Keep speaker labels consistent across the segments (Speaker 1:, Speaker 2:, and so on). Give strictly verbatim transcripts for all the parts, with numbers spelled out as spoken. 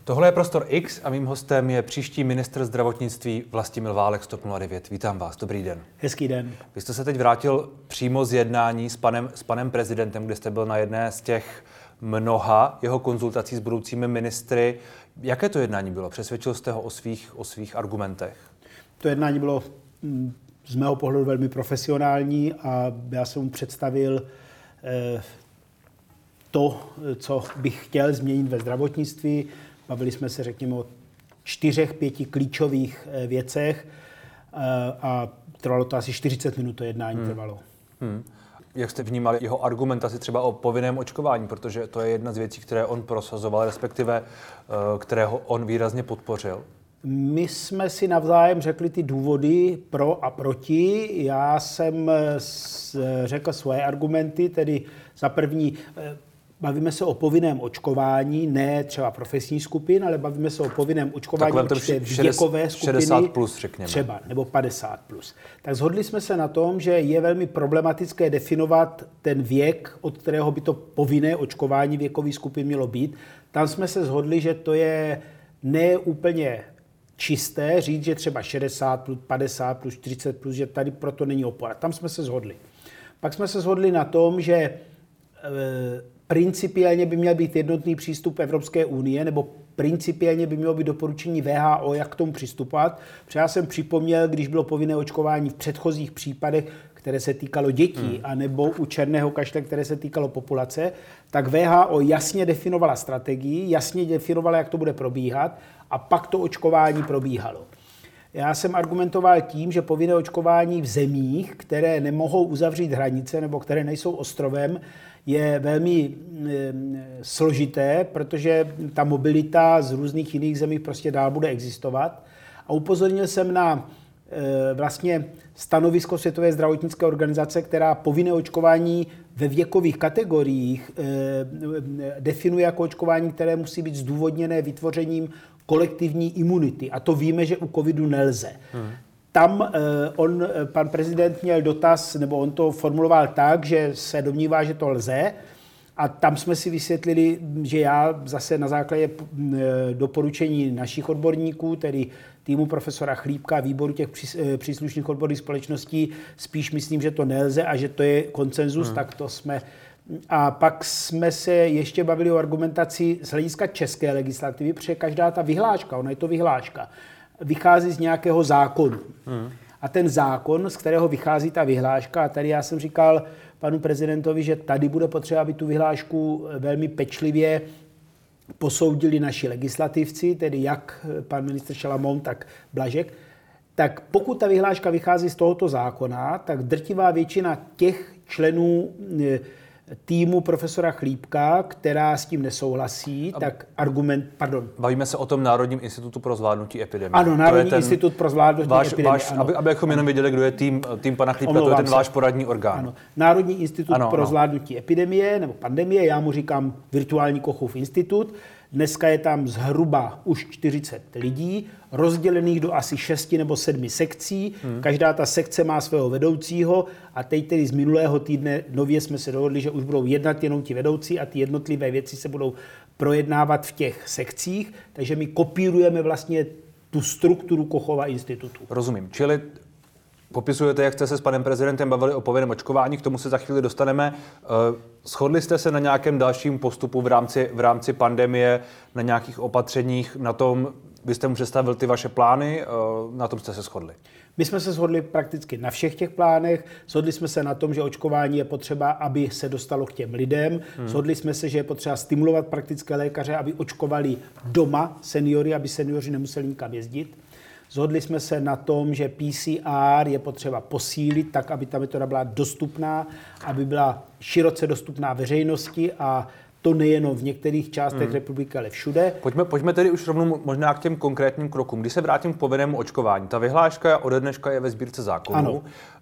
Speaker 1: Tohle je Prostor X a mým hostem je příští ministr zdravotnictví Vlastimil Válek z TOP nula devět. Vítám vás, dobrý den.
Speaker 2: Hezký den.
Speaker 1: Vy jste se teď vrátil přímo z jednání s panem, s panem prezidentem, kde jste byl na jedné z těch mnoha jeho konzultací s budoucími ministry. Jaké to jednání bylo? Přesvědčil jste ho o svých, o svých argumentech?
Speaker 2: To jednání bylo z mého pohledu velmi profesionální a já jsem mu představil eh, to, co bych chtěl změnit ve zdravotnictví. Bavili jsme se, řekněme, o čtyřech, pěti klíčových věcech a trvalo to asi čtyřicet minut, to jednání hmm. trvalo.
Speaker 1: Hmm. Jak jste vnímali jeho argumentaci třeba o povinném očkování, protože to je jedna z věcí, které on prosazoval, respektive kterého on výrazně podpořil?
Speaker 2: My jsme si navzájem řekli ty důvody pro a proti. Já jsem řekl svoje argumenty, tedy za první, bavíme se o povinném očkování, ne třeba profesní skupin, ale bavíme se o povinném očkování určité věkové skupiny,
Speaker 1: šedesát plus, řekněme.
Speaker 2: Třeba, nebo padesát plus. Tak shodli jsme se na tom, že je velmi problematické definovat ten věk, od kterého by to povinné očkování věkových skupin mělo být. Tam jsme se shodli, že to je ne úplně čisté říct, že třeba šedesát plus, padesát plus, čtyřicet plus, že tady proto není opora. Tam jsme se shodli. Pak jsme se shodli na tom, že e, principiálně by měl být jednotný přístup Evropské unie, nebo principiálně by mělo být doporučení V H O, jak k tomu přistupovat. Protože já jsem připomněl, když bylo povinné očkování v předchozích případech, které se týkalo dětí, hmm. anebo u černého kašle, které se týkalo populace, tak V H O jasně definovala strategii, jasně definovala, jak to bude probíhat, a pak to očkování probíhalo. Já jsem argumentoval tím, že povinné očkování v zemích, které nemohou uzavřít hranice nebo které nejsou ostrovem, je velmi e, složité, protože ta mobilita z různých jiných zemí prostě dál bude existovat. A upozornil jsem na e, vlastně stanovisko Světové zdravotnické organizace, která povinné očkování ve věkových kategoriích e, definuje jako očkování, které musí být zdůvodněné vytvořením kolektivní imunity. A to víme, že u covidu nelze. Hmm. Tam on, pan prezident měl dotaz, nebo on to formuloval tak, že se domnívá, že to lze. A tam jsme si vysvětlili, že já zase na základě doporučení našich odborníků, tedy týmu profesora Chlípka a výboru těch příslušných odborných společností, spíš myslím, že to nelze a že to je konsenzus, hmm. tak to jsme... A pak jsme se ještě bavili o argumentaci z hlediska české legislativy, protože každá ta vyhláška, ona je to vyhláška, vychází z nějakého zákonu. Hmm. A ten zákon, z kterého vychází ta vyhláška, a tady já jsem říkal panu prezidentovi, že tady bude potřeba, aby tu vyhlášku velmi pečlivě posoudili naši legislativci, tedy jak pan ministr Šalamoun, tak Blažek. Tak pokud ta vyhláška vychází z tohoto zákona, tak drtivá většina těch členů týmu profesora Chlípka, která s tím nesouhlasí, a tak argument, pardon.
Speaker 1: Bavíme se o tom Národním institutu pro zvládnutí epidemie.
Speaker 2: Ano, Národní institut pro zvládnutí
Speaker 1: váš,
Speaker 2: epidemie.
Speaker 1: Váš,
Speaker 2: ano.
Speaker 1: Aby, abychom jenom věděli, kdo je tým, tým pana Chlípka, Omlouvám to je ten se. váš poradní orgán.
Speaker 2: Ano, Národní institut
Speaker 1: ano,
Speaker 2: pro
Speaker 1: ano.
Speaker 2: zvládnutí epidemie nebo pandemie, já mu říkám virtuální Kochův institut. Dneska je tam zhruba už čtyřicet lidí, rozdělených do asi šesti nebo sedmi sekcí. Hmm. Každá ta sekce má svého vedoucího a teď tedy z minulého týdne nově jsme se dohodli, že už budou jednat jenom ti vedoucí a ty jednotlivé věci se budou projednávat v těch sekcích. Takže my kopírujeme vlastně tu strukturu Kochova institutu.
Speaker 1: Rozumím. Čili popisujete, jak jste se s panem prezidentem bavili o povinném očkování, k tomu se za chvíli dostaneme. Shodli jste se na nějakém dalším postupu v rámci, v rámci pandemie, na nějakých opatřeních, na tom, vy jste mu představil ty vaše plány, na tom jste se shodli?
Speaker 2: My jsme se shodli prakticky na všech těch plánech. Shodli jsme se na tom, že očkování je potřeba, aby se dostalo k těm lidem. Hmm. Shodli jsme se, že je potřeba stimulovat praktické lékaře, aby očkovali doma seniory, aby seniori nemuseli nikam jezdit. Shodli jsme se na tom, že P C R je potřeba posílit tak, aby ta metoda byla dostupná, aby byla široce dostupná veřejnosti a to nejenom v některých částech hmm. republiky, ale všude.
Speaker 1: Pojďme, pojďme tedy už rovnou možná k těm konkrétním krokům. Když se vrátím k povinnému očkování, ta vyhláška ode dneška je ve sbírce zákonů.
Speaker 2: Ano.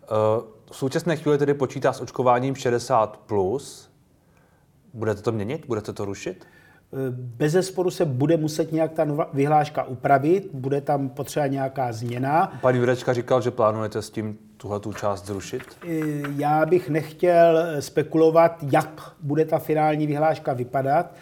Speaker 1: V současné chvíli tedy počítá s očkováním šedesát plus. Budete to měnit? Budete to rušit?
Speaker 2: Bezesporu se bude muset nějak ta nová vyhláška upravit, bude tam potřeba nějaká změna.
Speaker 1: Pan Jurečka říkal, že plánujete s tím tuhletu část zrušit?
Speaker 2: Já bych nechtěl spekulovat, jak bude ta finální vyhláška vypadat.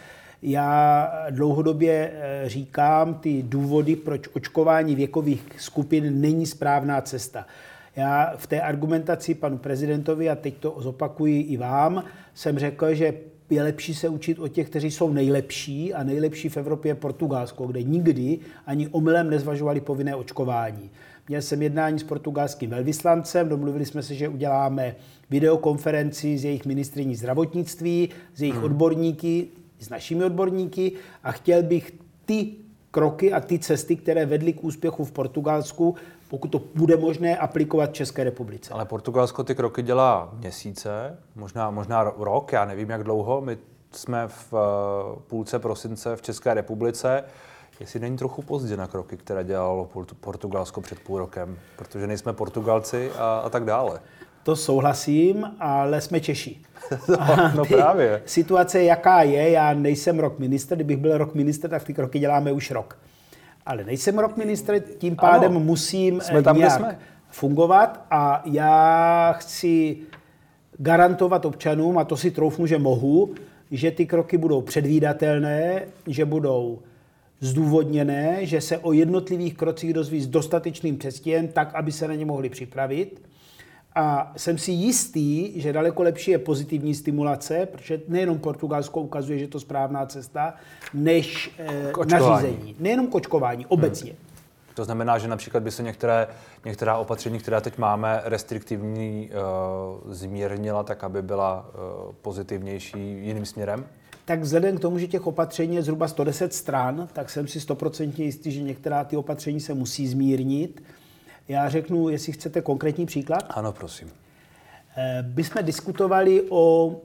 Speaker 2: Já dlouhodobě říkám, ty důvody, proč očkování věkových skupin není správná cesta. Já v té argumentaci panu prezidentovi, a teď to zopakuji i vám, jsem řekl, že je lepší se učit od těch, kteří jsou nejlepší, a nejlepší v Evropě je Portugalsko, kde nikdy ani omylem nezvažovali povinné očkování. Měl jsem jednání s portugalským velvyslancem, domluvili jsme se, že uděláme videokonferenci s jejich ministryní zdravotnictví, s jejich hmm. odborníky, s našimi odborníky, a chtěl bych ty kroky a ty cesty, které vedly k úspěchu v Portugalsku, pokud to bude možné, aplikovat v České republice.
Speaker 1: Ale Portugalsko ty kroky dělá měsíce, možná, možná rok, já nevím, jak dlouho. My jsme v půlce prosince v České republice. Jestli není trochu pozdě na kroky, které dělalo Portugalsko před půl rokem, protože nejsme Portugalci a, a tak dále.
Speaker 2: To souhlasím, ale jsme Češi.
Speaker 1: no, no právě.
Speaker 2: Situace, jaká je, já nejsem rok ministr, kdybych byl rok ministr, tak ty kroky děláme už rok. Ale nejsem rok ministr, tím pádem ano, musím tam, nějak jsme. fungovat, a já chci garantovat občanům, a to si troufnu, že mohu, že ty kroky budou předvídatelné, že budou zdůvodněné, že se o jednotlivých krocích dozví s dostatečným předstihem, tak, aby se na ně mohli připravit. A jsem si jistý, že daleko lepší je pozitivní stimulace, protože nejenom Portugalsko ukazuje, že je to správná cesta, než eh, nařízení. Nejenom kočkování, obecně. Hmm.
Speaker 1: To znamená, že například by se některé, některá opatření, která teď máme, restriktivní, uh, zmírnila tak, aby byla uh, pozitivnější jiným směrem?
Speaker 2: Tak vzhledem k tomu, že těch opatření je zhruba sto deset stran, tak jsem si stoprocentně jistý, že některá ty opatření se musí zmírnit. Já řeknu, jestli chcete konkrétní příklad.
Speaker 1: Ano, prosím.
Speaker 2: My jsme diskutovali o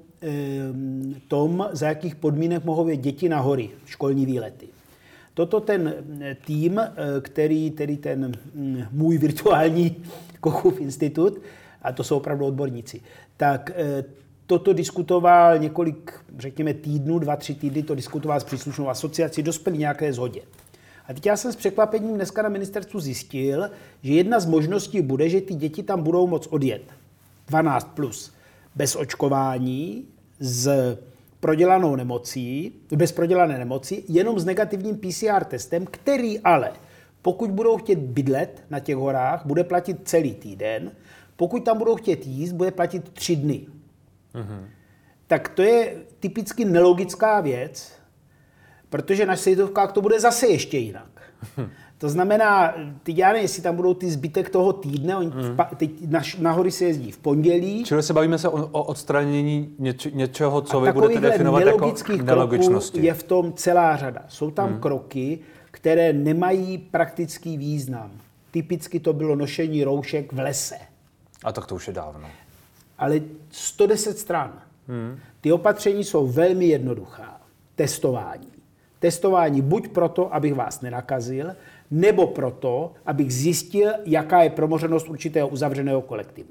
Speaker 2: tom, za jakých podmínek mohou jít děti na hory, školní výlety. Toto ten tým, který, který ten můj virtuální Kochův institut, a to jsou opravdu odborníci, tak toto diskutoval několik, řekněme, týdnů, dva, tři týdny, to diskutoval s příslušnou asociací, dospěli nějaké shodě. A teď já jsem s překvapením dneska na ministerstvu zjistil, že jedna z možností bude, že ty děti tam budou moct odjet dvanáct plus bez očkování, s prodělanou nemocí, bez prodělané nemoci, jenom s negativním P C R testem, který ale, pokud budou chtět bydlet na těch horách, bude platit celý týden, pokud tam budou chtět jíst, bude platit tři dny. Mm-hmm. Tak to je typicky nelogická věc, protože na světovkách to bude zase ještě jinak. To znamená, ty já nevím, jestli tam budou ty zbytek toho týdne, oni mm. teď na, na hory se jezdí v pondělí.
Speaker 1: Čili se bavíme se o, o odstranění něč, něčeho, co vy budete definovat jako nelogičnosti.
Speaker 2: Je v tom celá řada. Jsou tam mm. kroky, které nemají praktický význam. Typicky to bylo nošení roušek v lese.
Speaker 1: A tak to už je dávno.
Speaker 2: Ale sto deset stran. Mm. Ty opatření jsou velmi jednoduchá. Testování. Testování buď proto, abych vás nenakazil, nebo proto, abych zjistil, jaká je promořenost určitého uzavřeného kolektivu.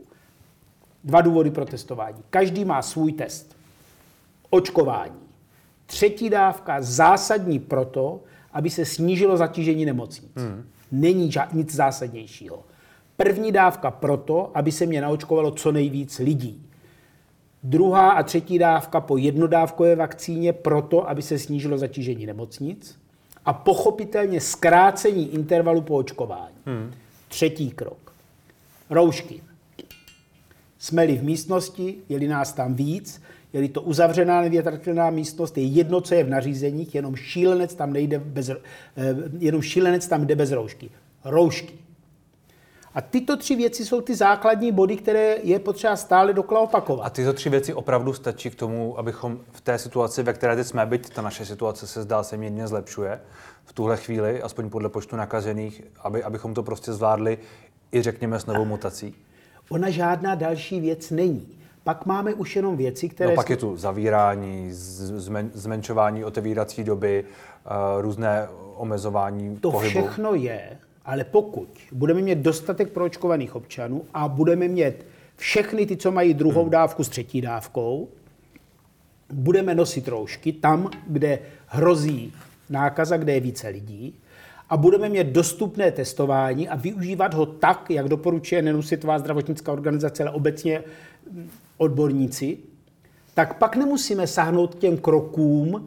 Speaker 2: Dva důvody pro testování. Každý má svůj test. Očkování. Třetí dávka zásadní proto, aby se snížilo zatížení nemocnic. Hmm. Není nic zásadnějšího. První dávka proto, aby se mě naočkovalo co nejvíc lidí. Druhá a třetí dávka po jednodávkové vakcíně proto, aby se snížilo zatížení nemocnic. A pochopitelně zkrácení intervalu po očkování. Hmm. Třetí krok. Roušky. Jsme-li v místnosti, je-li nás tam víc, je-li to uzavřená nevětratelná místnost, je jedno, co je v nařízeních, jenom šílenec tam nejde bez, jenom šílenec tam jde bez roušky. Roušky. A tyto tři věci jsou ty základní body, které je potřeba stále dokola opakovat.
Speaker 1: A tyto tři věci opravdu stačí k tomu, abychom v té situaci, ve které teď jsme, byť ta naše situace se zdá se mírně zlepšuje v tuhle chvíli, aspoň podle počtu nakažených, aby, abychom to prostě zvládli i řekněme s novou mutací?
Speaker 2: Ona žádná další věc není. Pak máme už jenom věci, které...
Speaker 1: No pak je tu zavírání, zmen, zmenšování otevírací doby, uh, různé omezování
Speaker 2: to
Speaker 1: pohybu.
Speaker 2: To všechno je... Ale pokud budeme mít dostatek proočkovaných občanů a budeme mít všechny ty, co mají druhou hmm. dávku s třetí dávkou, budeme nosit roušky tam, kde hrozí nákaza, kde je více lidí a budeme mít dostupné testování a využívat ho tak, jak doporučuje nejen Světová zdravotnická organizace, ale obecně odborníci, tak pak nemusíme sáhnout k těm krokům,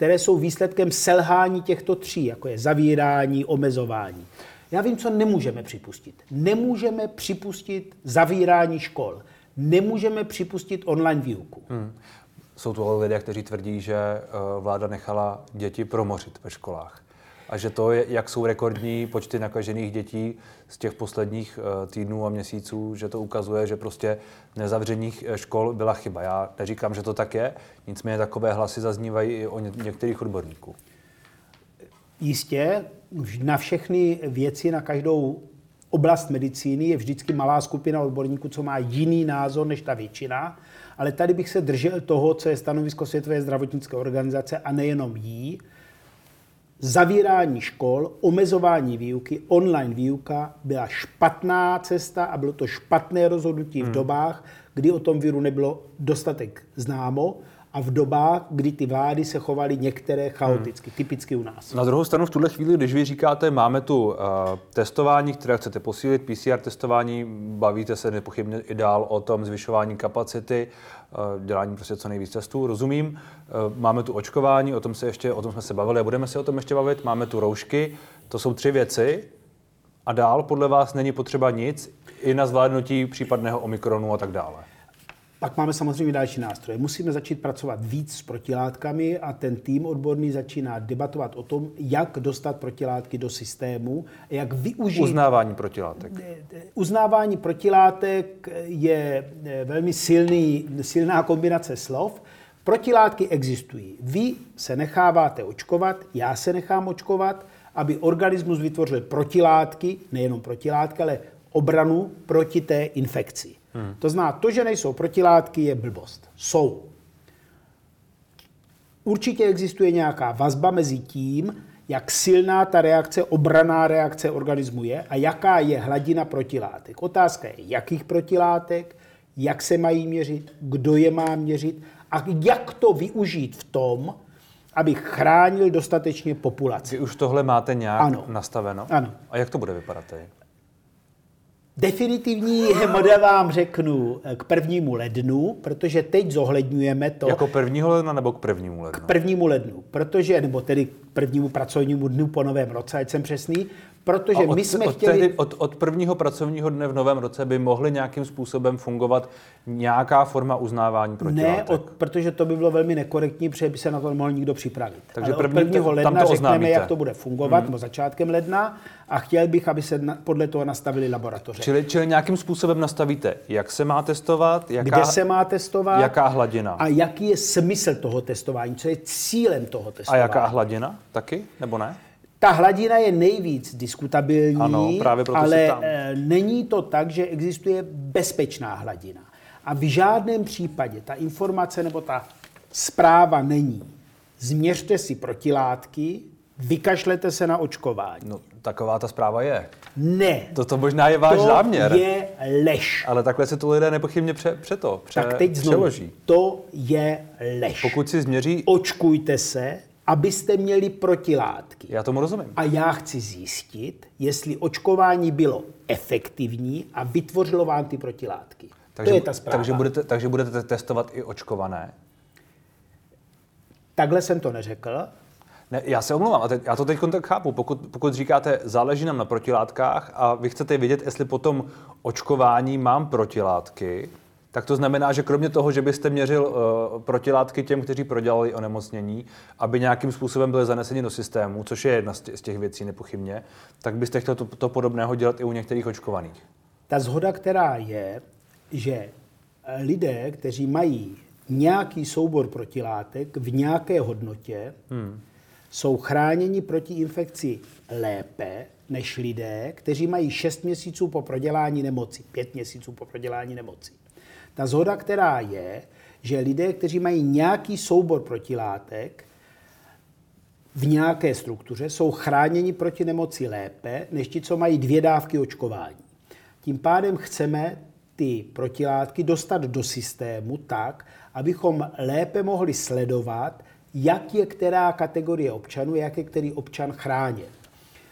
Speaker 2: které jsou výsledkem selhání těchto tří, jako je zavírání, omezování. Já vím, co nemůžeme připustit. Nemůžeme připustit zavírání škol. Nemůžeme připustit online výuku. Hmm.
Speaker 1: Jsou to lidé, kteří tvrdí, že vláda nechala děti promořit ve školách. A že to, je, jak jsou rekordní počty nakažených dětí z těch posledních týdnů a měsíců, že to ukazuje, že prostě nezavřeních škol byla chyba. Já neříkám, že to tak je, nicméně takové hlasy zaznívají i o některých odborníků.
Speaker 2: Jistě, na všechny věci, na každou oblast medicíny je vždycky malá skupina odborníků, co má jiný názor než ta většina, ale tady bych se držel toho, co je stanovisko Světové zdravotnické organizace a nejenom jí. Zavírání škol, omezování výuky, online výuka byla špatná cesta a bylo to špatné rozhodnutí hmm. v dobách, kdy o tom viru nebylo dostatek známo a v dobách, kdy ty vlády se chovaly některé chaoticky, hmm. typicky u nás.
Speaker 1: Na druhou stranu v tuhle chvíli, když vy říkáte, máme tu uh, testování, které chcete posílit, P C R testování, bavíte se nepochybně i dál o tom zvyšování kapacity, uh, dělání prostě co nejvíc testů, rozumím. Uh, máme tu očkování, o tom, se ještě, o tom jsme se bavili a budeme se o tom ještě bavit. Máme tu roušky, to jsou tři věci a dál podle vás není potřeba nic i na zvládnutí případného omikronu a tak dále.
Speaker 2: Pak máme samozřejmě další nástroje. Musíme začít pracovat víc s protilátkami a ten tým odborný začíná debatovat o tom, jak dostat protilátky do systému, jak využít...
Speaker 1: Uznávání protilátek.
Speaker 2: Uznávání protilátek je velmi silný, silná kombinace slov. Protilátky existují. Vy se necháváte očkovat, já se nechám očkovat, aby organismus vytvořil protilátky, nejenom protilátky, ale obranu proti té infekci. Hmm. To znamená, to, že nejsou protilátky, je blbost. Jsou. Určitě existuje nějaká vazba mezi tím, jak silná ta reakce, obranná reakce organismu je a jaká je hladina protilátek. Otázka je, jakých protilátek, jak se mají měřit, kdo je má měřit a jak to využít v tom, aby chránil dostatečně populaci.
Speaker 1: Vy už tohle máte nějak
Speaker 2: ano.
Speaker 1: nastaveno?
Speaker 2: Ano.
Speaker 1: A jak to bude vypadat tady?
Speaker 2: Definitivní model vám řeknu k prvnímu lednu, protože teď zohledňujeme to...
Speaker 1: Jako prvního ledna nebo k prvnímu lednu?
Speaker 2: K prvnímu lednu, protože, nebo tedy k prvnímu pracovnímu dnu po novém roce, ať jsem přesný, protože
Speaker 1: od,
Speaker 2: my jsme
Speaker 1: od,
Speaker 2: chtěli...
Speaker 1: Tedy, od, od prvního pracovního dne v novém roce by mohly nějakým způsobem fungovat nějaká forma uznávání protilátek?
Speaker 2: Ne, od, protože to by bylo velmi nekorektní, protože by se na to nemohl nikdo připravit.
Speaker 1: Takže
Speaker 2: ale
Speaker 1: první,
Speaker 2: od prvního ledna řekneme,
Speaker 1: oznámíte.
Speaker 2: Jak to bude fungovat,
Speaker 1: hmm.
Speaker 2: nebo začátkem ledna a chtěl bych, aby se na, podle toho nastavili laboratoře.
Speaker 1: Čili, čili nějakým způsobem nastavíte, jak se má testovat, jaká,
Speaker 2: kde se má testovat,
Speaker 1: jaká hladina.
Speaker 2: A jaký je smysl toho testování, co je cílem toho testování.
Speaker 1: A jaká hladina taky, nebo ne?
Speaker 2: Ta hladina je nejvíc diskutabilní,
Speaker 1: ano, právě proto
Speaker 2: ale
Speaker 1: tam.
Speaker 2: není to tak, že existuje bezpečná hladina. A v žádném případě ta informace nebo ta zpráva není. Změřte si protilátky, vykašlete se na očkování.
Speaker 1: No, taková ta zpráva je.
Speaker 2: Ne.
Speaker 1: To možná je váš
Speaker 2: to
Speaker 1: záměr.
Speaker 2: To je lež.
Speaker 1: Ale takhle se to lidé nepochybně pře, přeto pře,
Speaker 2: tak teď znovu,
Speaker 1: přeloží.
Speaker 2: To je lež.
Speaker 1: Pokud si změří...
Speaker 2: Očkujte se, abyste měli protilátky.
Speaker 1: Já tomu rozumím.
Speaker 2: A já chci zjistit, jestli očkování bylo efektivní a vytvořilo vám ty protilátky.
Speaker 1: Takže,
Speaker 2: to je ta zpráva.
Speaker 1: Takže budete, takže budete testovat i očkované?
Speaker 2: Takhle jsem to neřekl.
Speaker 1: Ne, já se omlouvám, a teď, já to teď tak chápu. Pokud, pokud říkáte, záleží nám na protilátkách a vy chcete vědět, jestli po tom očkování mám protilátky, tak to znamená, že kromě toho, že byste měřil uh, protilátky těm, kteří prodělali onemocnění, aby nějakým způsobem byly zaneseni do systému, což je jedna z těch věcí nepochybně, tak byste chtěl to, to podobného dělat i u některých očkovaných.
Speaker 2: Ta shoda, která je, že lidé, kteří mají nějaký soubor protilátek v nějaké hodnotě, hmm. jsou chráněni proti infekci lépe než lidé, kteří mají šest měsíců po prodělání nemoci, pět měsíců po prodělání nemoci. Ta shoda, která je, že lidé, kteří mají nějaký soubor protilátek v nějaké struktuře, jsou chráněni proti nemoci lépe, než ti, co mají dvě dávky očkování. Tím pádem chceme ty protilátky dostat do systému tak, abychom lépe mohli sledovat, jak je která kategorie občanů, jak je který občan chráněn.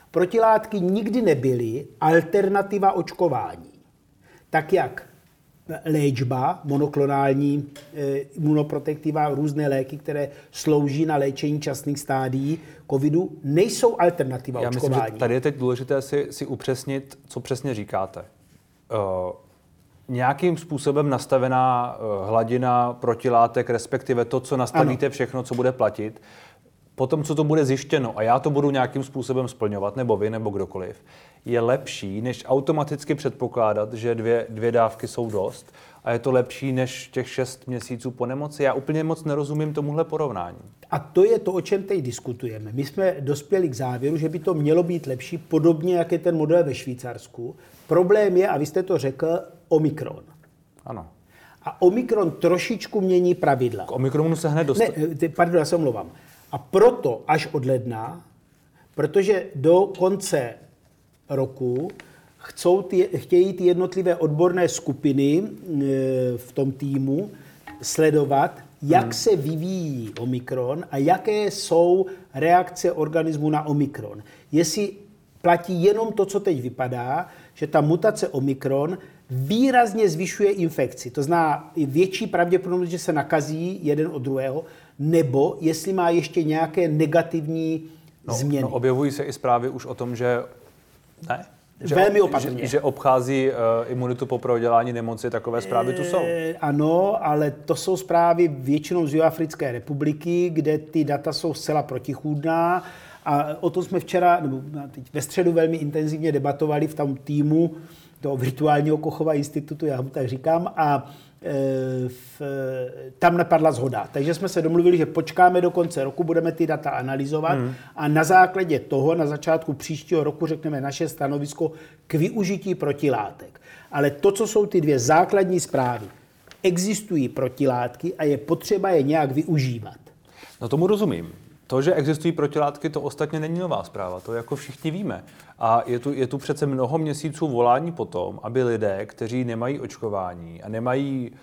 Speaker 2: Protilátky nikdy nebyly alternativa očkování. Tak jak léčba, monoklonální imunoprotektiva, různé léky, které slouží na léčení časných stádií covidu, nejsou alternativa
Speaker 1: Já
Speaker 2: očkování.
Speaker 1: myslím, že tady je teď důležité si, si upřesnit, co přesně říkáte. Uh, nějakým způsobem nastavená uh, hladina protilátek, respektive to, co nastavíte, ano. všechno, co bude platit, potom, co to bude zjištěno a já to budu nějakým způsobem splňovat, nebo vy, nebo kdokoliv, je lepší, než automaticky předpokládat, že dvě, dvě dávky jsou dost a je to lepší než těch šest měsíců po nemoci. Já úplně moc nerozumím tomuhle porovnání.
Speaker 2: A to je to, o čem teď diskutujeme. My jsme dospěli k závěru, že by to mělo být lepší, podobně jak je ten model ve Švýcarsku. Problém je, a vy jste to řekl, Omikron.
Speaker 1: Ano.
Speaker 2: A Omikron trošičku mění pravidla.
Speaker 1: K Omikronu se hned dostat.
Speaker 2: Ne, pardon, já se omlouvám. A proto až od ledna, protože do konce roku chcou ty, chtějí ty jednotlivé odborné skupiny v tom týmu sledovat, jak hmm. se vyvíjí Omikron a jaké jsou reakce organismu na Omikron. Jestli platí jenom to, co teď vypadá, že ta mutace Omikron výrazně zvyšuje infekci. To znamená větší pravděpodobnost, že se nakazí jeden od druhého, nebo jestli má ještě nějaké negativní
Speaker 1: no,
Speaker 2: změny.
Speaker 1: No, objevují se i zprávy už o tom, že ne? Že,
Speaker 2: Velmi opatrně.
Speaker 1: Že, že obchází uh, imunitu po prodělání nemoci, takové zprávy tu jsou.
Speaker 2: E, ano, ale to jsou zprávy většinou z Jihoafrické republiky, kde ty data jsou zcela protichůdná. A o tom jsme včera, nebo teď ve středu velmi intenzivně debatovali v tom týmu toho virtuálního Kochova institutu, já mu tak říkám, a e, v, tam nepadla shoda. Takže jsme se domluvili, že počkáme do konce roku, budeme ty data analyzovat hmm. a na základě toho na začátku příštího roku řekneme naše stanovisko k využití protilátek. Ale to, co jsou ty dvě základní zprávy, existují protilátky a je potřeba je nějak využívat.
Speaker 1: No tomu rozumím. To, že existují protilátky, to ostatně není nová zpráva, to jako všichni víme. A je tu, je tu přece mnoho měsíců volání po tom, aby lidé, kteří nemají očkování a nemají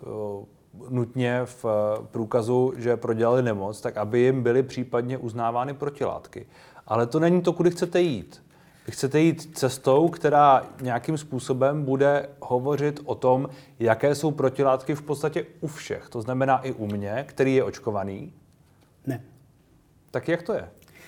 Speaker 1: uh, nutně v uh, průkazu, že prodělali nemoc, tak aby jim byly případně uznávány protilátky. Ale to není to, kudy chcete jít. Vy chcete jít cestou, která nějakým způsobem bude hovořit o tom, jaké jsou protilátky v podstatě u všech. To znamená i u mě, který je očkovaný.
Speaker 2: Ne.
Speaker 1: Tak jak to je?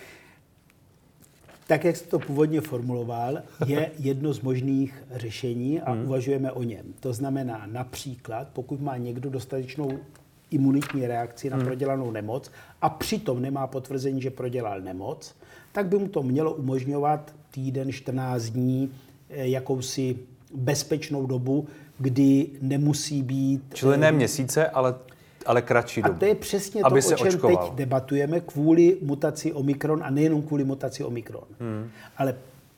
Speaker 2: Tak, jak jste to původně formuloval, je jedno z možných řešení a hmm. uvažujeme o něm. To znamená například, pokud má někdo dostatečnou imunitní reakci na hmm. prodělanou nemoc a přitom nemá potvrzení, že prodělal nemoc, tak by mu to mělo umožňovat týden, čtrnáct dní, jakousi bezpečnou dobu, kdy nemusí být...
Speaker 1: Čili ne měsíce, ale... ale kratší dobu.
Speaker 2: A to je přesně to, o čem očkoval. Teď debatujeme kvůli mutaci Omikron a nejenom kvůli mutaci Omikron. Hmm. Ale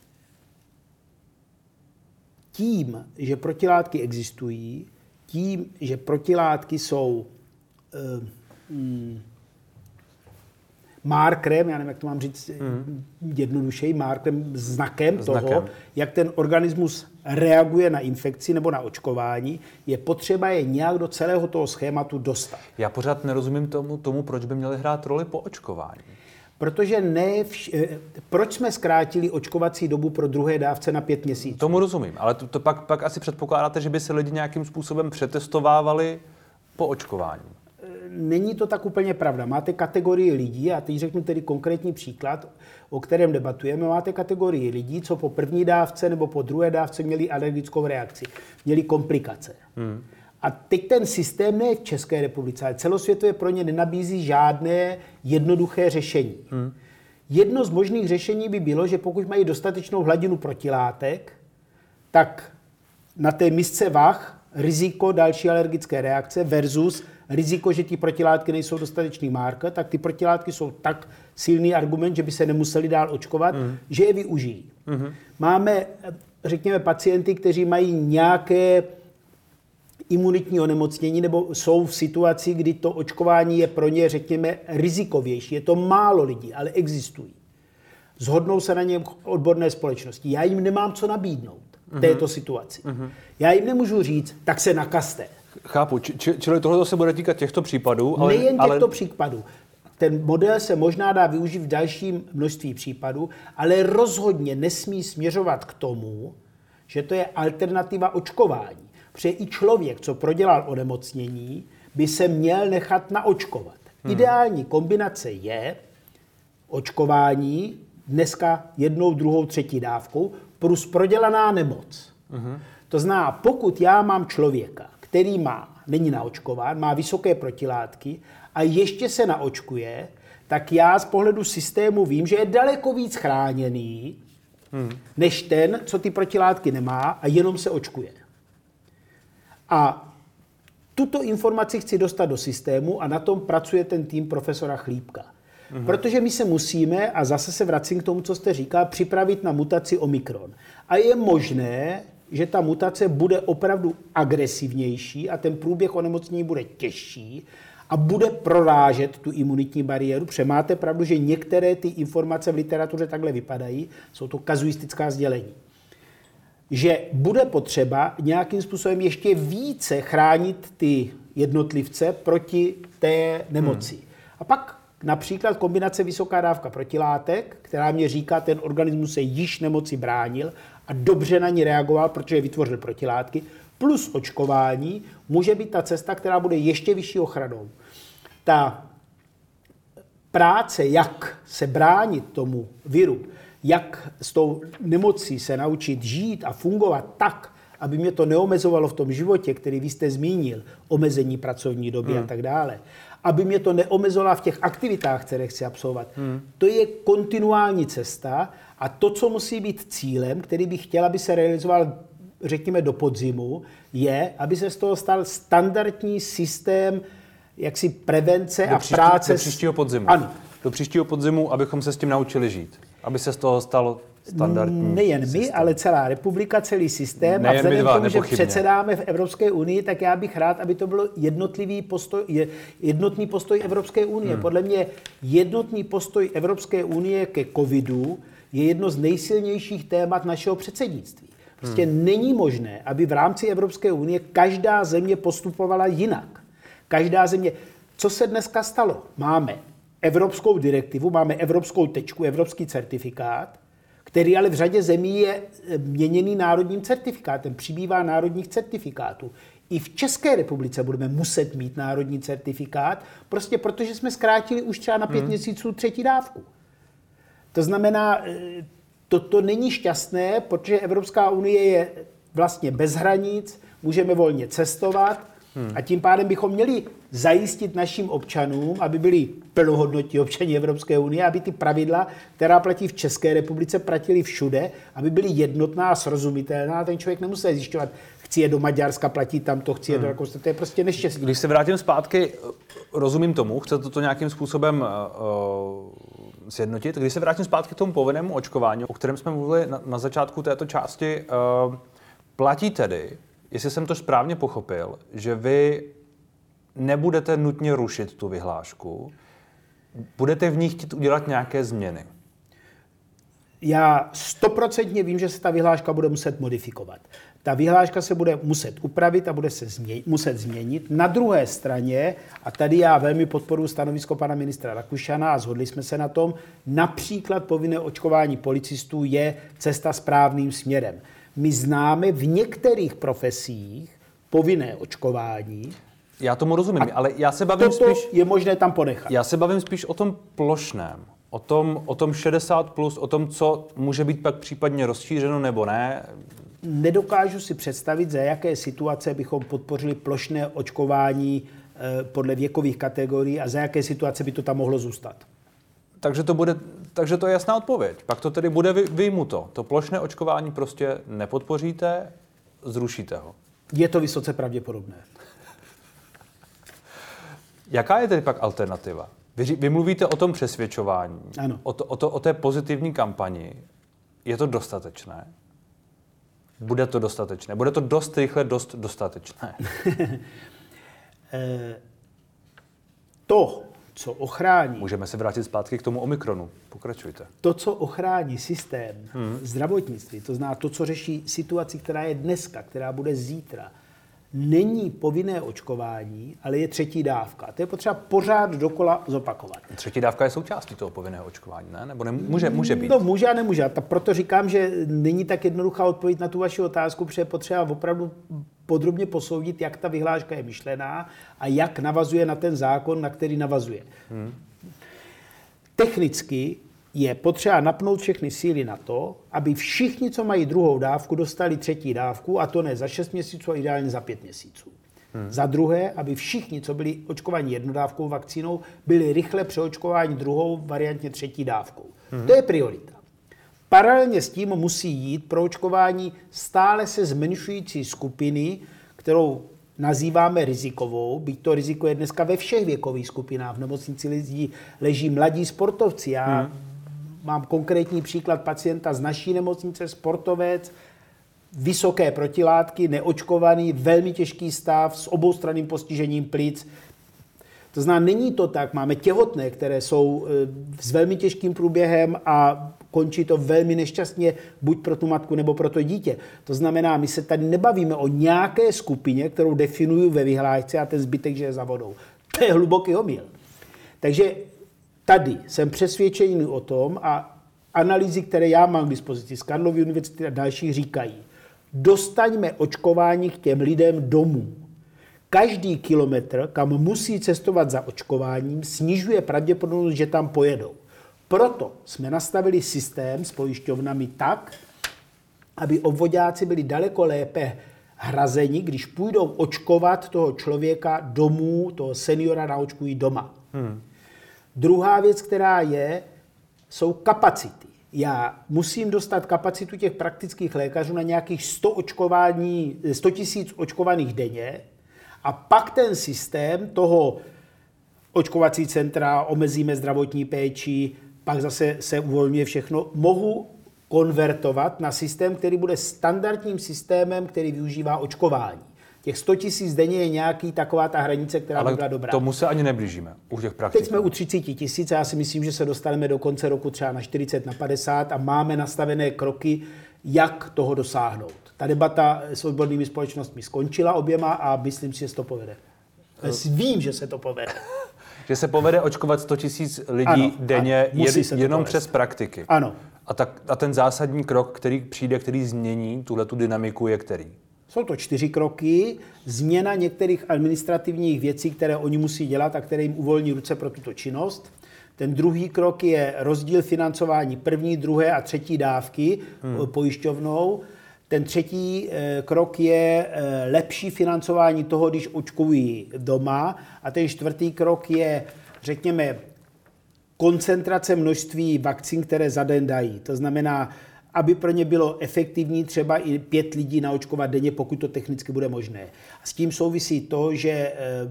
Speaker 2: tím, že protilátky existují, tím, že protilátky jsou uh, mm, markerem, já nevím, jak to mám říct hmm. jednodušeji, markerem, znakem, znakem toho, jak ten organismus reaguje na infekci nebo na očkování, je potřeba je nějak do celého toho schématu dostat.
Speaker 1: Já pořád nerozumím tomu, tomu proč by měly hrát roli po očkování.
Speaker 2: Protože ne vš- proč jsme zkrátili očkovací dobu pro druhé dávce na pět měsíců?
Speaker 1: Tomu rozumím, ale to, to pak, pak asi předpokládáte, že by se lidi nějakým způsobem přetestovávali po očkování.
Speaker 2: Není to tak úplně pravda. Máte kategorii lidí, a teď řeknu tedy konkrétní příklad, o kterém debatujeme. Máte kategorii lidí, co po první dávce nebo po druhé dávce měli alergickou reakci, měli komplikace. Hmm. A teď ten systém ne v České republice, ale celosvětově pro ně nenabízí žádné jednoduché řešení. Hmm. Jedno z možných řešení by bylo, že pokud mají dostatečnou hladinu protilátek, tak na té misce vah riziko další alergické reakce versus riziko, že ty protilátky nejsou dostatečný marker, tak ty protilátky jsou tak silný argument, že by se nemuseli dál očkovat, mm. že je využijí. Mm-hmm. Máme, řekněme, pacienty, kteří mají nějaké imunitní onemocnění nebo jsou v situaci, kdy to očkování je pro ně, řekněme, rizikovější. Je to málo lidí, ale existují. Zhodnou se na něm odborné společnosti. Já jim nemám co nabídnout v této situaci. Mm-hmm. Já jim nemůžu říct, tak se nakazte.
Speaker 1: Chápu, či, čili tohle se bude týkat těchto případů. Ale,
Speaker 2: Nejen těchto
Speaker 1: ale...
Speaker 2: případů. Ten model se možná dá využít v dalším množství případů, ale rozhodně nesmí směřovat k tomu, že to je alternativa očkování. Protože i člověk, co prodělal onemocnění, by se měl nechat naočkovat. Hmm. Ideální kombinace je očkování, dneska jednou, druhou, třetí dávkou, plus prodělaná nemoc. Hmm. To znamená, pokud já mám člověka, který má, není naočkován, má vysoké protilátky a ještě se naočkuje, tak já z pohledu systému vím, že je daleko víc chráněný, hmm. než ten, co ty protilátky nemá a jenom se očkuje. A tuto informaci chci dostat do systému a na tom pracuje ten tým profesora Chlípka. Hmm. Protože my se musíme, a zase se vracím k tomu, co jste říkal, připravit na mutaci Omikron. A je možné, že ta mutace bude opravdu agresivnější a ten průběh onemocnění bude těžší a bude prorážet tu imunitní bariéru. Protože máte pravdu, že některé ty informace v literatuře takhle vypadají, jsou to kazuistická sdělení. Že bude potřeba nějakým způsobem ještě více chránit ty jednotlivce proti té nemoci. Hmm. A pak například kombinace vysoká dávka protilátek, která mě říká, ten organismus se již nemoci bránil a dobře na ní reagoval, protože vytvořil protilátky, plus očkování, může být ta cesta, která bude ještě vyšší ochranou. Ta práce, jak se bránit tomu viru, jak s tou nemocí se naučit žít a fungovat tak, aby mě to neomezovalo v tom životě, který vy jste zmínil, omezení pracovní doby hmm. a tak dále, aby mě to neomezovalo v těch aktivitách, které chci absolvovat. Hmm. To je kontinuální cesta a to, co musí být cílem, který bych chtěl, aby se realizoval, řekněme, do podzimu, je, aby se z toho stal standardní systém jaksi prevence
Speaker 1: do
Speaker 2: a
Speaker 1: příští,
Speaker 2: práce.
Speaker 1: Do příštího podzimu.
Speaker 2: Ano.
Speaker 1: Do příštího podzimu, abychom se s tím naučili žít. Aby se z toho stal standardní
Speaker 2: Nejen
Speaker 1: systém.
Speaker 2: my, ale celá republika, celý systém.
Speaker 1: Nejen
Speaker 2: a vzhledem
Speaker 1: dva,
Speaker 2: k tomu, že
Speaker 1: nepochybně.
Speaker 2: předsedáme v Evropské unii, tak já bych rád, aby to bylo jednotlivý postoj, jednotný postoj Evropské unie. Hmm. Podle mě jednotný postoj Evropské unie ke covidu je jedno z nejsilnějších témat našeho předsednictví. Prostě hmm. není možné, aby v rámci Evropské unie každá země postupovala jinak. Každá země. Co se dneska stalo? Máme evropskou direktivu, máme evropskou tečku, evropský certifikát, který ale v řadě zemí je měněný národním certifikátem. Přibývá národních certifikátů. I v České republice budeme muset mít národní certifikát, prostě protože jsme zkrátili už třeba na pět hmm. měsíců třetí dávku. To znamená, toto není šťastné, protože Evropská unie je vlastně bez hranic, můžeme volně cestovat, Hmm. a tím pádem bychom měli zajistit našim občanům, aby byli plnohodnotní občani Evropské unie, aby ty pravidla, která platí v České republice, platily všude, aby byly jednotná a srozumitelná. Ten člověk nemusí zjišťovat, chci je do Maďarska, platí tam to, chci je hmm. do Rakouska. To je prostě neštěstí.
Speaker 1: Když se vrátím zpátky, rozumím tomu, chcete to nějakým způsobem uh, sjednotit. Když se vrátím zpátky k tomu povinnému očkování, o kterém jsme mluvili na, na začátku této části, uh, platí tedy, jestli jsem to správně pochopil, že vy nebudete nutně rušit tu vyhlášku, budete v ní chtít udělat nějaké změny.
Speaker 2: Já stoprocentně vím, že se ta vyhláška bude muset modifikovat. Ta vyhláška se bude muset upravit a bude se změnit, muset změnit. Na druhé straně, a tady já velmi podporuji stanovisko pana ministra Rakušana a shodli jsme se na tom, například povinné očkování policistů je cesta správným směrem. My známe v některých profesích povinné očkování.
Speaker 1: Já tomu rozumím, ale já se bavím spíš...
Speaker 2: je možné tam ponechat.
Speaker 1: Já se bavím spíš o tom plošném. O tom, o tom šedesát plus, o tom, co může být pak případně rozšířeno nebo ne.
Speaker 2: Nedokážu si představit, za jaké situace bychom podpořili plošné očkování eh, podle věkových kategorií a za jaké situace by to tam mohlo zůstat.
Speaker 1: Takže to, bude, takže to je jasná odpověď. Pak to tedy bude vyjmuto. To plošné očkování prostě nepodpoříte, zrušíte ho.
Speaker 2: Je to vysoce pravděpodobné.
Speaker 1: Jaká je tedy pak alternativa? Vy, vy mluvíte o tom přesvědčování,
Speaker 2: ano.
Speaker 1: O, to, o, to, o té pozitivní kampani. Je to dostatečné? Bude to dostatečné? Bude to dost rychle dost dostatečné?
Speaker 2: to, co ochrání...
Speaker 1: Můžeme se vrátit zpátky k tomu Omikronu. Pokračujte.
Speaker 2: To, co ochrání systém hmm. zdravotnictví, to znamená to, co řeší situaci, která je dneska, která bude zítra, není povinné očkování, ale je třetí dávka. To je potřeba pořád dokola zopakovat.
Speaker 1: Třetí dávka je součástí toho povinného očkování, ne? Nebo nemůže, může být?
Speaker 2: No, může a nemůže. A proto říkám, že není tak jednoduchá odpověď na tu vaši otázku, protože je potřeba opravdu podrobně posoudit, jak ta vyhláška je myšlená a jak navazuje na ten zákon, na který navazuje. Hmm. Technicky je potřeba napnout všechny síly na to, aby všichni, co mají druhou dávku, dostali třetí dávku, a to ne za šest měsíců, a ideálně za pět měsíců. Hmm. Za druhé, aby všichni, co byli očkováni jednodávkou vakcínou, byli rychle přeočkováni druhou, variantně třetí dávkou. Hmm. To je priorita. Paralelně s tím musí jít proočkování stále se zmenšující skupiny, kterou nazýváme rizikovou, byť to riziko je dneska ve všech věkových skupinách. V nemocnici leží, leží mladí sportovci. Já hmm. mám konkrétní příklad pacienta z naší nemocnice, sportovec, vysoké protilátky, neočkovaný, velmi těžký stav s oboustranným postižením plic. To znamená, není to tak. Máme těhotné, které jsou s velmi těžkým průběhem a končí to velmi nešťastně, buď pro tu matku, nebo pro to dítě. To znamená, my se tady nebavíme o nějaké skupině, kterou definuju ve vyhlášce, a ten zbytek, že je za vodou. To je hluboký omyl. Takže tady jsem přesvědčený o tom, a analýzy, které já mám k dispozici z Karlovy univerzity a dalších, říkají, dostaňme očkování k těm lidem domů. Každý kilometr, kam musí cestovat za očkováním, snižuje pravděpodobnost, že tam pojedou. Proto jsme nastavili systém s pojišťovnami tak, aby obvoďáci byli daleko lépe hrazeni, když půjdou očkovat toho člověka domů, toho seniora naočkují doma. Hmm. Druhá věc, která je, jsou kapacity. Já musím dostat kapacitu těch praktických lékařů na nějakých sto očkování, sto tisíc očkovaných denně, a pak ten systém toho očkovací centra, omezíme zdravotní péči, pak zase se uvolňuje všechno, mohu konvertovat na systém, který bude standardním systémem, který využívá očkování. Těch sto tisíc denně je nějaký taková ta hranice, která
Speaker 1: ale
Speaker 2: by byla dobrá.
Speaker 1: tomu se ani neblížíme u těch praktiků.
Speaker 2: Teď jsme u třicet tisíc a já si myslím, že se dostaneme do konce roku třeba na čtyřicet, na padesát a máme nastavené kroky, jak toho dosáhnout. Ta debata s odbornými společnostmi skončila oběma a myslím si, že se to povede. Vím, že se to povede.
Speaker 1: Že se povede očkovat sto tisíc lidí ano, denně ano, jed, jenom přes praktiky.
Speaker 2: Ano.
Speaker 1: A, tak, a ten zásadní krok, který přijde, který změní tuhletu dynamiku, je který?
Speaker 2: Jsou to čtyři kroky. Změna některých administrativních věcí, které oni musí dělat a které jim uvolní ruce pro tuto činnost. Ten druhý krok je rozdíl financování první, druhé a třetí dávky hmm. pojišťovnou. Ten třetí krok je lepší financování toho, když očkují doma. A ten čtvrtý krok je, řekněme, koncentrace množství vakcín, které za den dají. To znamená, aby pro ně bylo efektivní třeba i pět lidí naočkovat denně, pokud to technicky bude možné. A s tím souvisí to, že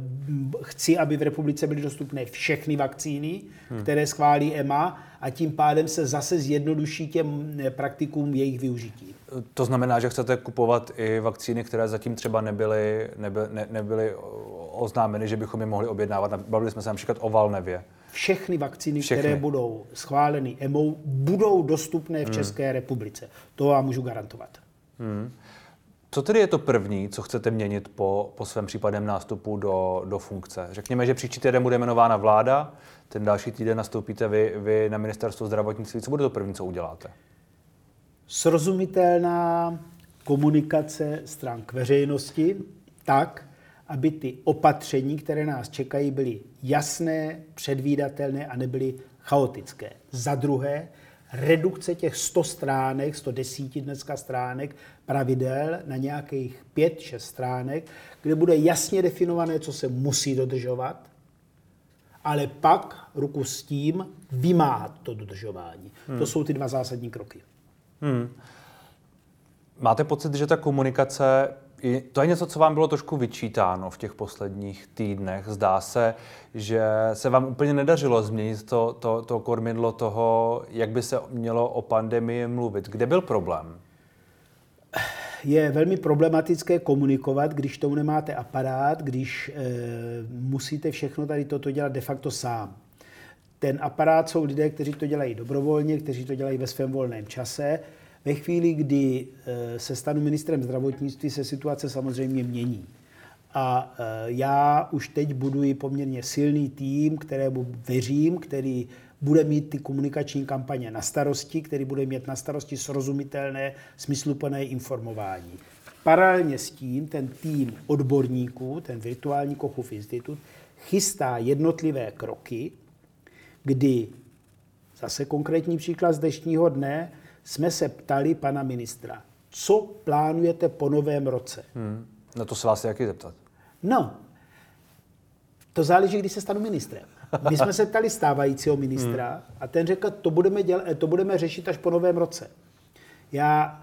Speaker 2: chci, aby v republice byly dostupné všechny vakcíny, hmm. které schválí E M A, a tím pádem se zase zjednoduší těm praktikům jejich využití.
Speaker 1: To znamená, že chcete kupovat i vakcíny, které zatím třeba nebyly, nebyly, ne, nebyly oznámeny, že bychom je mohli objednávat. Bavili jsme se například o Valnevě.
Speaker 2: Všechny vakcíny,
Speaker 1: Všechny.
Speaker 2: které budou schváleny E M O, budou dostupné v hmm. České republice. To vám můžu garantovat.
Speaker 1: Hmm. Co tedy je to první, co chcete měnit po, po svém případném nástupu do, do funkce? Řekněme, že příští týden bude jmenována vláda, ten další týden nastoupíte vy, vy na ministerstvo zdravotnictví. Co bude to první, co uděláte?
Speaker 2: Srozumitelná komunikace stran k veřejnosti tak, aby ty opatření, které nás čekají, byly jasné, předvídatelné a nebyly chaotické. Za druhé, redukce těch sto stránek, sto deset dneska stránek pravidel na nějakých pět šest stránek, kde bude jasně definované, co se musí dodržovat, ale pak ruku s tím vymáhat to dodržování. Hmm. To jsou ty dva zásadní kroky.
Speaker 1: Hmm. Máte pocit, že ta komunikace, to je něco, co vám bylo trošku vyčítáno v těch posledních týdnech? Zdá se, že se vám úplně nedařilo změnit to, to, to kormidlo toho, jak by se mělo o pandemii mluvit. Kde byl problém?
Speaker 2: Je velmi problematické komunikovat, když tomu nemáte aparát, když e, musíte všechno tady toto dělat de facto sám. Ten aparát jsou lidé, kteří to dělají dobrovolně, kteří to dělají ve svém volném čase. Ve chvíli, kdy se stanu ministrem zdravotnictví, se situace samozřejmě mění. A já už teď buduji poměrně silný tým, kterému věřím, který bude mít ty komunikační kampaně na starosti, který bude mít na starosti srozumitelné, smysluplné informování. paralelně s tím ten tým odborníků, ten virtuální Kochův institut, chystá jednotlivé kroky, kdy, zase konkrétní příklad z dnešního dne, jsme se ptali pana ministra, co plánujete po novém roce?
Speaker 1: Hmm. Na to se vás jaký zeptat?
Speaker 2: No, to záleží, když se stanu ministrem. My jsme se ptali stávajícího ministra hmm. a ten řekl, to budeme, děl- to budeme řešit až po novém roce. Já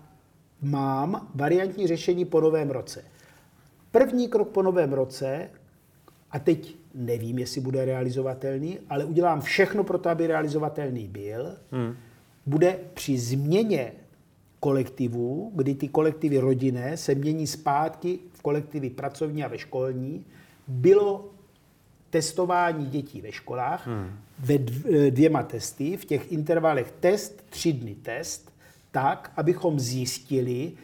Speaker 2: mám variantní řešení po novém roce. První krok po novém roce, a teď nevím, jestli bude realizovatelný, ale udělám všechno pro to, aby realizovatelný byl, hmm. bude při změně kolektivů, kdy ty kolektivy rodinné se mění zpátky v kolektivy pracovní a ve školní, bylo testování dětí ve školách hmm. ve dvěma testy, v těch intervalech test, tři dny test, tak, abychom zjistili,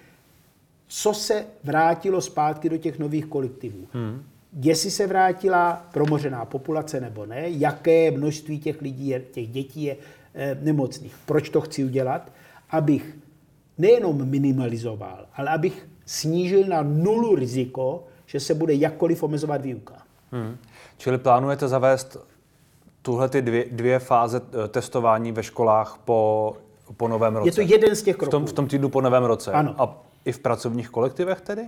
Speaker 2: co se vrátilo zpátky do těch nových kolektivů. Hmm. Jestli se vrátila promořená populace nebo ne, jaké množství těch lidí, je, těch dětí je e, nemocných. Proč to chci udělat? Abych nejenom minimalizoval, ale abych snížil na nulu riziko, že se bude jakkoliv omezovat výuka.
Speaker 1: Hmm. Čili plánujete zavést tuhle ty dvě, dvě fáze testování ve školách po, po novém roce?
Speaker 2: Je to jeden z těch kroků.
Speaker 1: V tom, v tom týdnu po novém roce?
Speaker 2: Ano.
Speaker 1: A i v pracovních kolektivech tedy?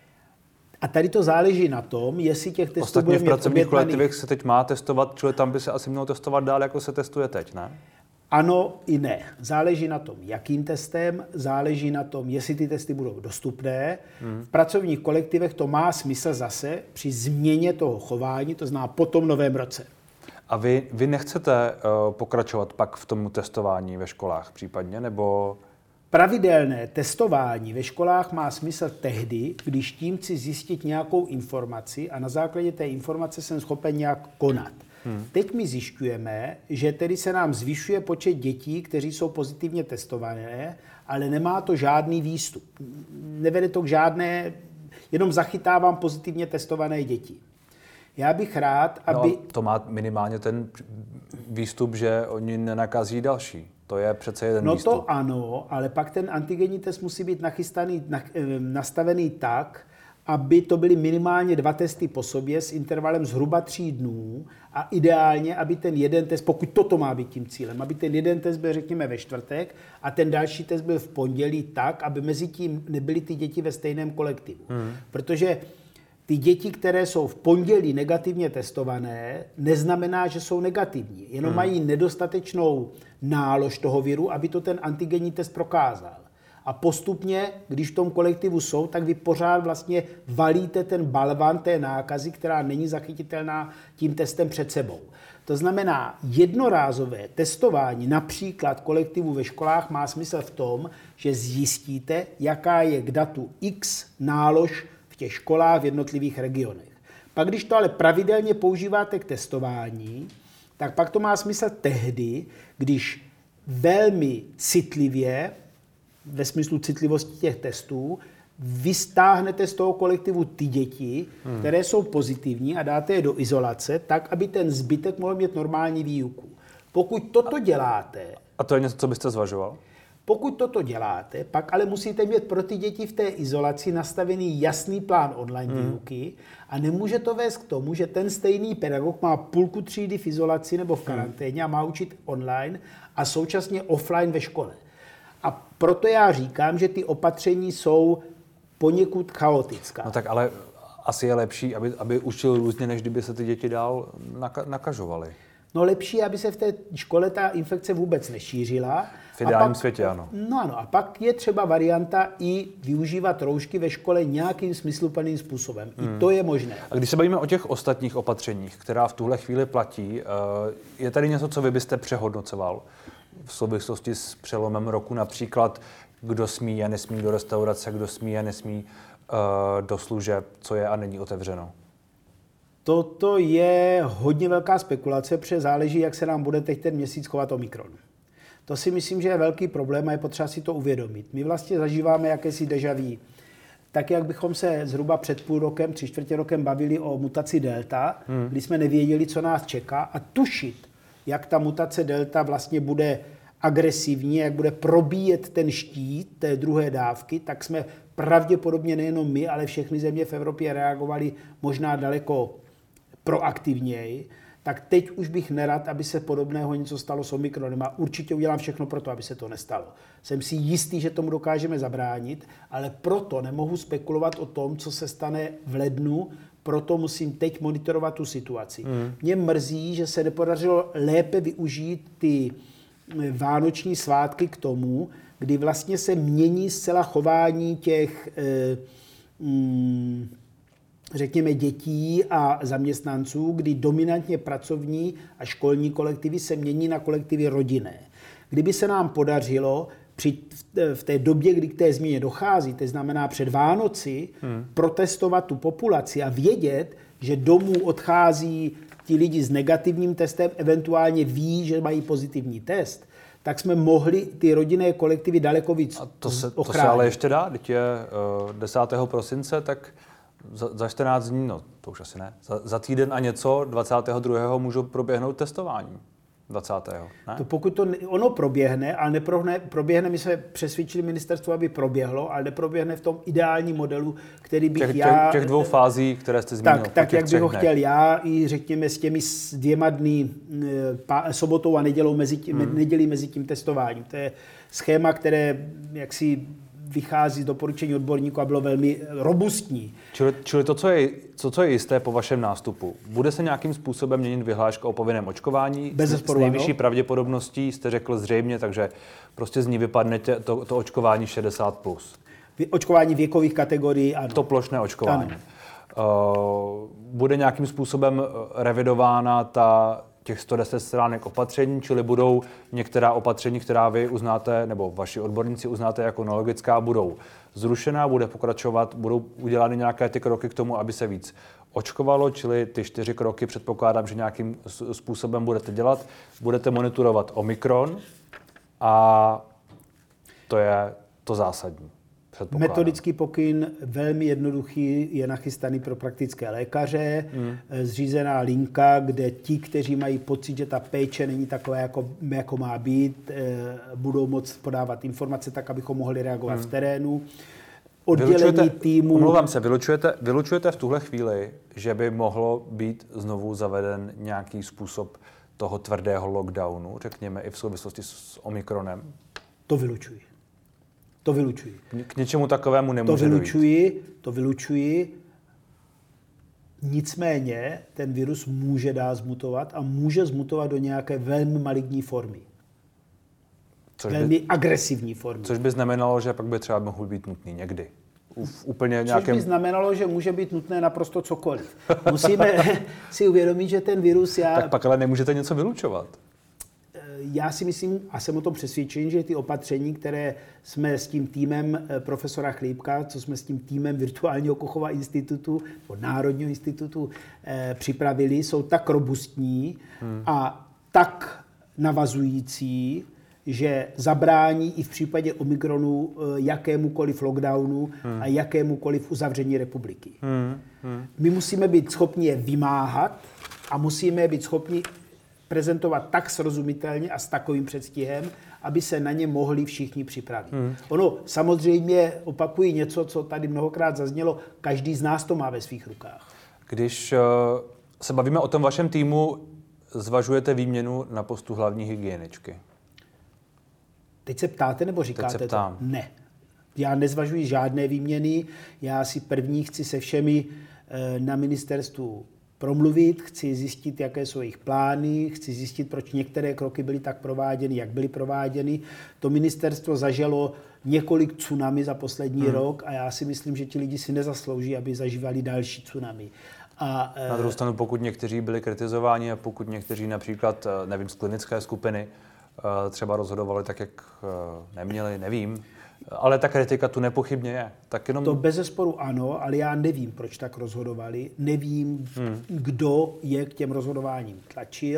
Speaker 2: A tady to záleží na tom, jestli těch testů
Speaker 1: Ostatně
Speaker 2: bude
Speaker 1: v
Speaker 2: mít
Speaker 1: pracovních
Speaker 2: objednaný...
Speaker 1: kolektivech se teď má testovat, čili tam by se asi mělo testovat dál, jako se testuje teď, ne?
Speaker 2: Ano i ne. Záleží na tom, jakým testem, záleží na tom, jestli ty testy budou dostupné. Hmm. V pracovních kolektivech to má smysl zase při změně toho chování, to znamená po tom novém roce.
Speaker 1: A vy, vy nechcete uh, pokračovat pak v tom testování ve školách případně, nebo...
Speaker 2: Pravidelné testování ve školách má smysl tehdy, když tím chci zjistit nějakou informaci a na základě té informace jsem schopen nějak konat. Hmm. Teď my zjišťujeme, že tedy se nám zvyšuje počet dětí, kteří jsou pozitivně testované, ale nemá to žádný výstup. Nevede to k žádné, jenom zachytávám pozitivně testované děti. Já bych rád, aby...
Speaker 1: No, to má minimálně ten výstup, že oni nenakazí další. To je přece jeden
Speaker 2: no
Speaker 1: výstup.
Speaker 2: No to ano, ale pak ten antigenní test musí být nachystaný, nastavený tak, aby to byly minimálně dva testy po sobě s intervalem zhruba tří dnů a ideálně, aby ten jeden test, pokud toto má být tím cílem, aby ten jeden test byl, řekněme, ve čtvrtek a ten další test byl v pondělí tak, aby mezi tím nebyly ty děti ve stejném kolektivu. Hmm. Protože ty děti, které jsou v pondělí negativně testované, neznamená, že jsou negativní. Jenom hmm. mají nedostatečnou nálož toho viru, aby to ten antigenní test prokázal. A postupně, když v tom kolektivu jsou, tak vy pořád vlastně valíte ten balvan té nákazy, která není zachytitelná tím testem před sebou. To znamená, jednorázové testování například kolektivu ve školách má smysl v tom, že zjistíte, jaká je k datu X nálož v těch školách v jednotlivých regionech. Pak, když to ale pravidelně používáte k testování, tak pak to má smysl tehdy, když velmi citlivě, ve smyslu citlivosti těch testů, vy stáhnete z toho kolektivu ty děti, hmm. které jsou pozitivní a dáte je do izolace, tak, aby ten zbytek mohl mít normální výuku. Pokud toto děláte...
Speaker 1: A to je něco, co byste zvažoval?
Speaker 2: Pokud toto děláte, pak ale musíte mít pro ty děti v té izolaci nastavený jasný plán online hmm. výuky a nemůže to vést k tomu, že ten stejný pedagog má půlku třídy v izolaci nebo v karanténě a má učit online a současně offline ve škole. A proto já říkám, že ty opatření jsou poněkud chaotická.
Speaker 1: No tak ale asi je lepší, aby, aby učil různě, než kdyby se ty děti dál naka- nakažovaly.
Speaker 2: No lepší, aby se v té škole ta infekce vůbec nešířila.
Speaker 1: V ideálním
Speaker 2: pak,
Speaker 1: světě, ano.
Speaker 2: No ano, a pak je třeba varianta i využívat roušky ve škole nějakým smysluplným způsobem. Hmm. I to je možné. A
Speaker 1: když se bavíme o těch ostatních opatřeních, která v tuhle chvíli platí, je tady něco, co vy byste přehodnocoval v souvislosti s přelomem roku, například kdo smí a nesmí do restaurace, kdo smí a nesmí uh, do služeb, co je a není otevřeno?
Speaker 2: Toto je hodně velká spekulace, protože záleží, jak se nám bude teď ten měsíc chovat Omikron. To si myslím, že je velký problém a je potřeba si to uvědomit. My vlastně zažíváme jakési déjà vu. Tak, jak bychom se zhruba před půl rokem, tři čtvrtě rokem bavili o mutaci delta, hmm. kdy jsme nevěděli, co nás čeká a tušit, jak ta mutace delta vlastně bude agresivní, jak bude probíjet ten štít té druhé dávky, tak jsme pravděpodobně nejenom my, ale všechny země v Evropě reagovali možná daleko proaktivněji. Tak teď už bych nerad, aby se podobného něco stalo s Omikronem a určitě udělám všechno pro to, aby se to nestalo. Jsem si jistý, že tomu dokážeme zabránit, ale proto nemohu spekulovat o tom, co se stane v lednu, proto musím teď monitorovat tu situaci. Hmm. Mě mrzí, že se nepodařilo lépe využít ty vánoční svátky k tomu, kdy vlastně se mění zcela chování těch eh, mm, řekněme, dětí a zaměstnanců, kdy dominantně pracovní a školní kolektivy se mění na kolektivy rodinné. Kdyby se nám podařilo při, v té době, kdy k té změně dochází, to znamená před Vánoci, hmm. protestovat tu populaci a vědět, že domů odchází ti lidi s negativním testem, eventuálně ví, že mají pozitivní test, tak jsme mohli ty rodinné kolektivy daleko víc
Speaker 1: a to se,
Speaker 2: ochránit.
Speaker 1: To se ale ještě dá, teď je uh, desátého prosince, tak Za, za čtrnáct dní, no to už asi ne, za, za týden a něco, dvacátého druhého můžou proběhnout testování. dvacátého Ne?
Speaker 2: To pokud to ono proběhne, ale neproběhne, proběhne, my jsme přesvědčili ministerstvo, aby proběhlo, ale neproběhne v tom ideálním modelu, který bych
Speaker 1: těch,
Speaker 2: já...
Speaker 1: Těch dvou fází, které jste zmínil.
Speaker 2: Tak, tak jak bych ho chtěl já, i řekněme s těmi dvěma dny, pá, sobotou a nedělou mezi tím, hmm. nedělí mezi tím testováním. To je schéma, které jaksi vychází z doporučení odborníků a bylo velmi robustní.
Speaker 1: Čili, čili to, co je, to, co je jisté po vašem nástupu, bude se nějakým způsobem měnit vyhláška o povinném očkování?
Speaker 2: Bez
Speaker 1: s, s nejvyšší pravděpodobností jste řekl zřejmě, takže prostě z ní vypadne tě, to, to očkování šedesát plus.
Speaker 2: Očkování věkových kategorií, ano.
Speaker 1: To plošné očkování. Uh, bude nějakým způsobem revidována ta těch sto deset stránek opatření, čili budou některá opatření, která vy uznáte, nebo vaši odborníci uznáte jako nelogická, budou zrušená, bude pokračovat, budou udělány nějaké ty kroky k tomu, aby se víc očkovalo, čili ty čtyři kroky předpokládám, že nějakým způsobem budete dělat. Budete monitorovat Omikron a to je to zásadní.
Speaker 2: Metodický pokyn velmi jednoduchý, je nachystaný pro praktické lékaře, hmm. zřízená linka, kde ti, kteří mají pocit, že ta péče není taková, jako, jako má být, budou moct podávat informace tak, abychom mohli reagovat hmm. v terénu. Oddělení týmu...
Speaker 1: Omlouvám se, vylučujete, vylučujete v tuhle chvíli, že by mohlo být znovu zaveden nějaký způsob toho tvrdého lockdownu, řekněme i v souvislosti s Omikronem?
Speaker 2: To vylučuji. To vylučuji.
Speaker 1: K něčemu takovému nemůže
Speaker 2: to vylučuji, dojít. To vylučuji. Nicméně ten virus může dál zmutovat a může zmutovat do nějaké velmi maligní formy. Což velmi by, agresivní formy.
Speaker 1: Což by znamenalo, že pak by třeba mohl být nutný někdy. Uf, úplně
Speaker 2: což
Speaker 1: nějakém...
Speaker 2: by znamenalo, že může být nutné naprosto cokoliv. Musíme si uvědomit, že ten virus... Já...
Speaker 1: Tak pak ale nemůžete něco vylučovat.
Speaker 2: Já si myslím, a jsem o tom přesvědčen, že ty opatření, které jsme s tím týmem profesora Chlípka, co jsme s tím týmem Virtuálního Kochova institutu, nebo Národního institutu eh, připravili, jsou tak robustní hmm. a tak navazující, že zabrání i v případě Omikronu eh, jakémukoliv lockdownu hmm. a jakémukoliv uzavření republiky. Hmm. Hmm. My musíme být schopni je vymáhat a musíme být schopni prezentovat tak srozumitelně a s takovým předstihem, aby se na ně mohli všichni připravit. Hmm. Ono samozřejmě opakují něco, co tady mnohokrát zaznělo, každý z nás to má ve svých rukách.
Speaker 1: Když uh, se bavíme o tom vašem týmu, zvažujete výměnu na postu hlavní hygieničky?
Speaker 2: Teď se ptáte nebo říkáte to? Ne. Já nezvažuji žádné výměny. Já si první chci se všemi uh, na ministerstvu promluvit, chci zjistit, jaké jsou jejich plány, chci zjistit, proč některé kroky byly tak prováděny, jak byly prováděny. To ministerstvo zažilo několik tsunami za poslední hmm. rok a já si myslím, že ti lidi si nezaslouží, aby zažívali další tsunami. A,
Speaker 1: na druhou stranu, pokud někteří byli kritizováni a pokud někteří například, nevím, z klinické skupiny třeba rozhodovali tak, jak neměli, nevím, ale ta kritika tu nepochybně je. Tak jenom...
Speaker 2: To bezesporu ano, ale já nevím, proč tak rozhodovali. Nevím, hmm. kdo je k těm rozhodováním tlačil.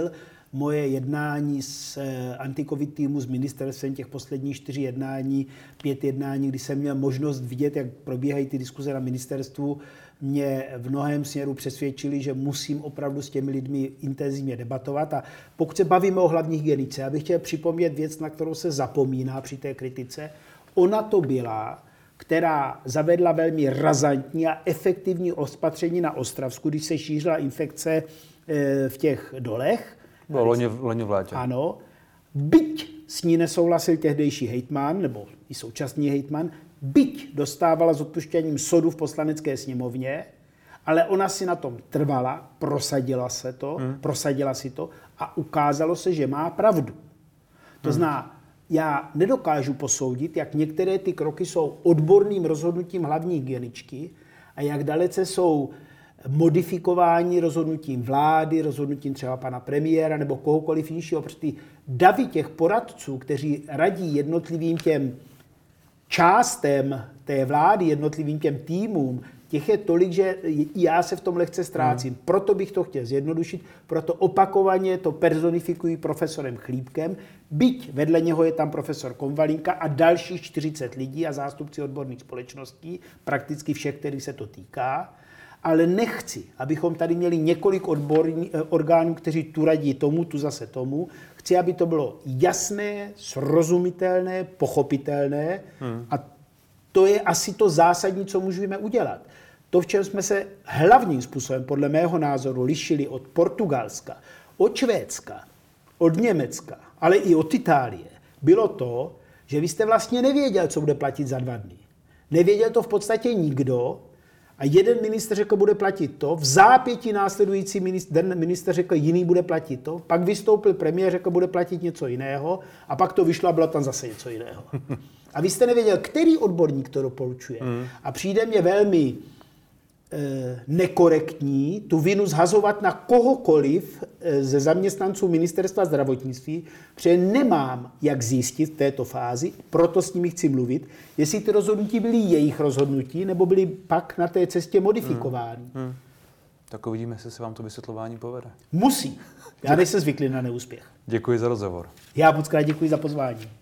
Speaker 2: moje jednání s anti-covid týmu, s ministerstvem, těch posledních čtyři jednání, pět jednání, kdy jsem měl možnost vidět, jak probíhají ty diskuze na ministerstvu, mě v mnohém směru přesvědčili, že musím opravdu s těmi lidmi intenzivně debatovat. A pokud se bavíme o hlavní hygienice, já bych chtěl připomnět věc, na kterou se zapomíná při té kritice. Ona to byla, která zavedla velmi razantní a efektivní opatření na Ostravsku, když se šířila infekce v těch dolech.
Speaker 1: Bylo loni, loni v létě.
Speaker 2: Ano. Byť s ní nesouhlasil tehdejší hejtman, nebo i současný hejtman, byť dostávala s odpuštěním sodu v poslanecké sněmovně, ale ona si na tom trvala, prosadila se to, hmm. prosadila si to a ukázalo se, že má pravdu. To hmm. znamená, já nedokážu posoudit, jak některé ty kroky jsou odborným rozhodnutím hlavní hygieničky a jak dalece jsou modifikováni rozhodnutím vlády, rozhodnutím třeba pana premiéra nebo kohokoliv jiného. Protože ty davy těch poradců, kteří radí jednotlivým těm částem té vlády, jednotlivým těm týmům, těch je tolik, že já se v tom lehce ztrácím. Hmm. Proto bych to chtěl zjednodušit, proto opakovaně to personifikují profesorem Chlípkem, byť vedle něho je tam profesor Konvalinka a dalších čtyřicet lidí a zástupci odborných společností, prakticky všech, kterých se to týká. Ale nechci, abychom tady měli několik odborní, orgánů, kteří tu radí tomu, tu zase tomu. Chci, aby to bylo jasné, srozumitelné, pochopitelné hmm. a to je asi to zásadní, co můžeme udělat. To, v čem jsme se hlavním způsobem, podle mého názoru, lišili od Portugalska, od Švédska, od Německa, ale i od Itálie, bylo to, že vy jste vlastně nevěděl, co bude platit za dva dny. Nevěděl to v podstatě nikdo a jeden ministr řekl, bude platit to, v zápětí následující ministr, ministr řekl, jiný bude platit to, pak vystoupil premiér, řekl, bude platit něco jiného a pak to vyšlo a bylo tam zase něco jiného. A vy jste nevěděl, který odborník to doporučuje. Mm. A přijde mě velmi e, nekorektní tu vinu zhazovat na kohokoliv e, ze zaměstnanců ministerstva zdravotnictví, protože nemám jak zjistit v této fázi, proto s nimi chci mluvit, jestli ty rozhodnutí byly jejich rozhodnutí, nebo byly pak na té cestě modifikovány. Mm. Mm.
Speaker 1: Tak uvidíme, jestli se vám to vysvětlování povede.
Speaker 2: Musí. Já nejsem zvyklý na neúspěch.
Speaker 1: Děkuji za rozhovor.
Speaker 2: Já moc krát děkuji za pozvání.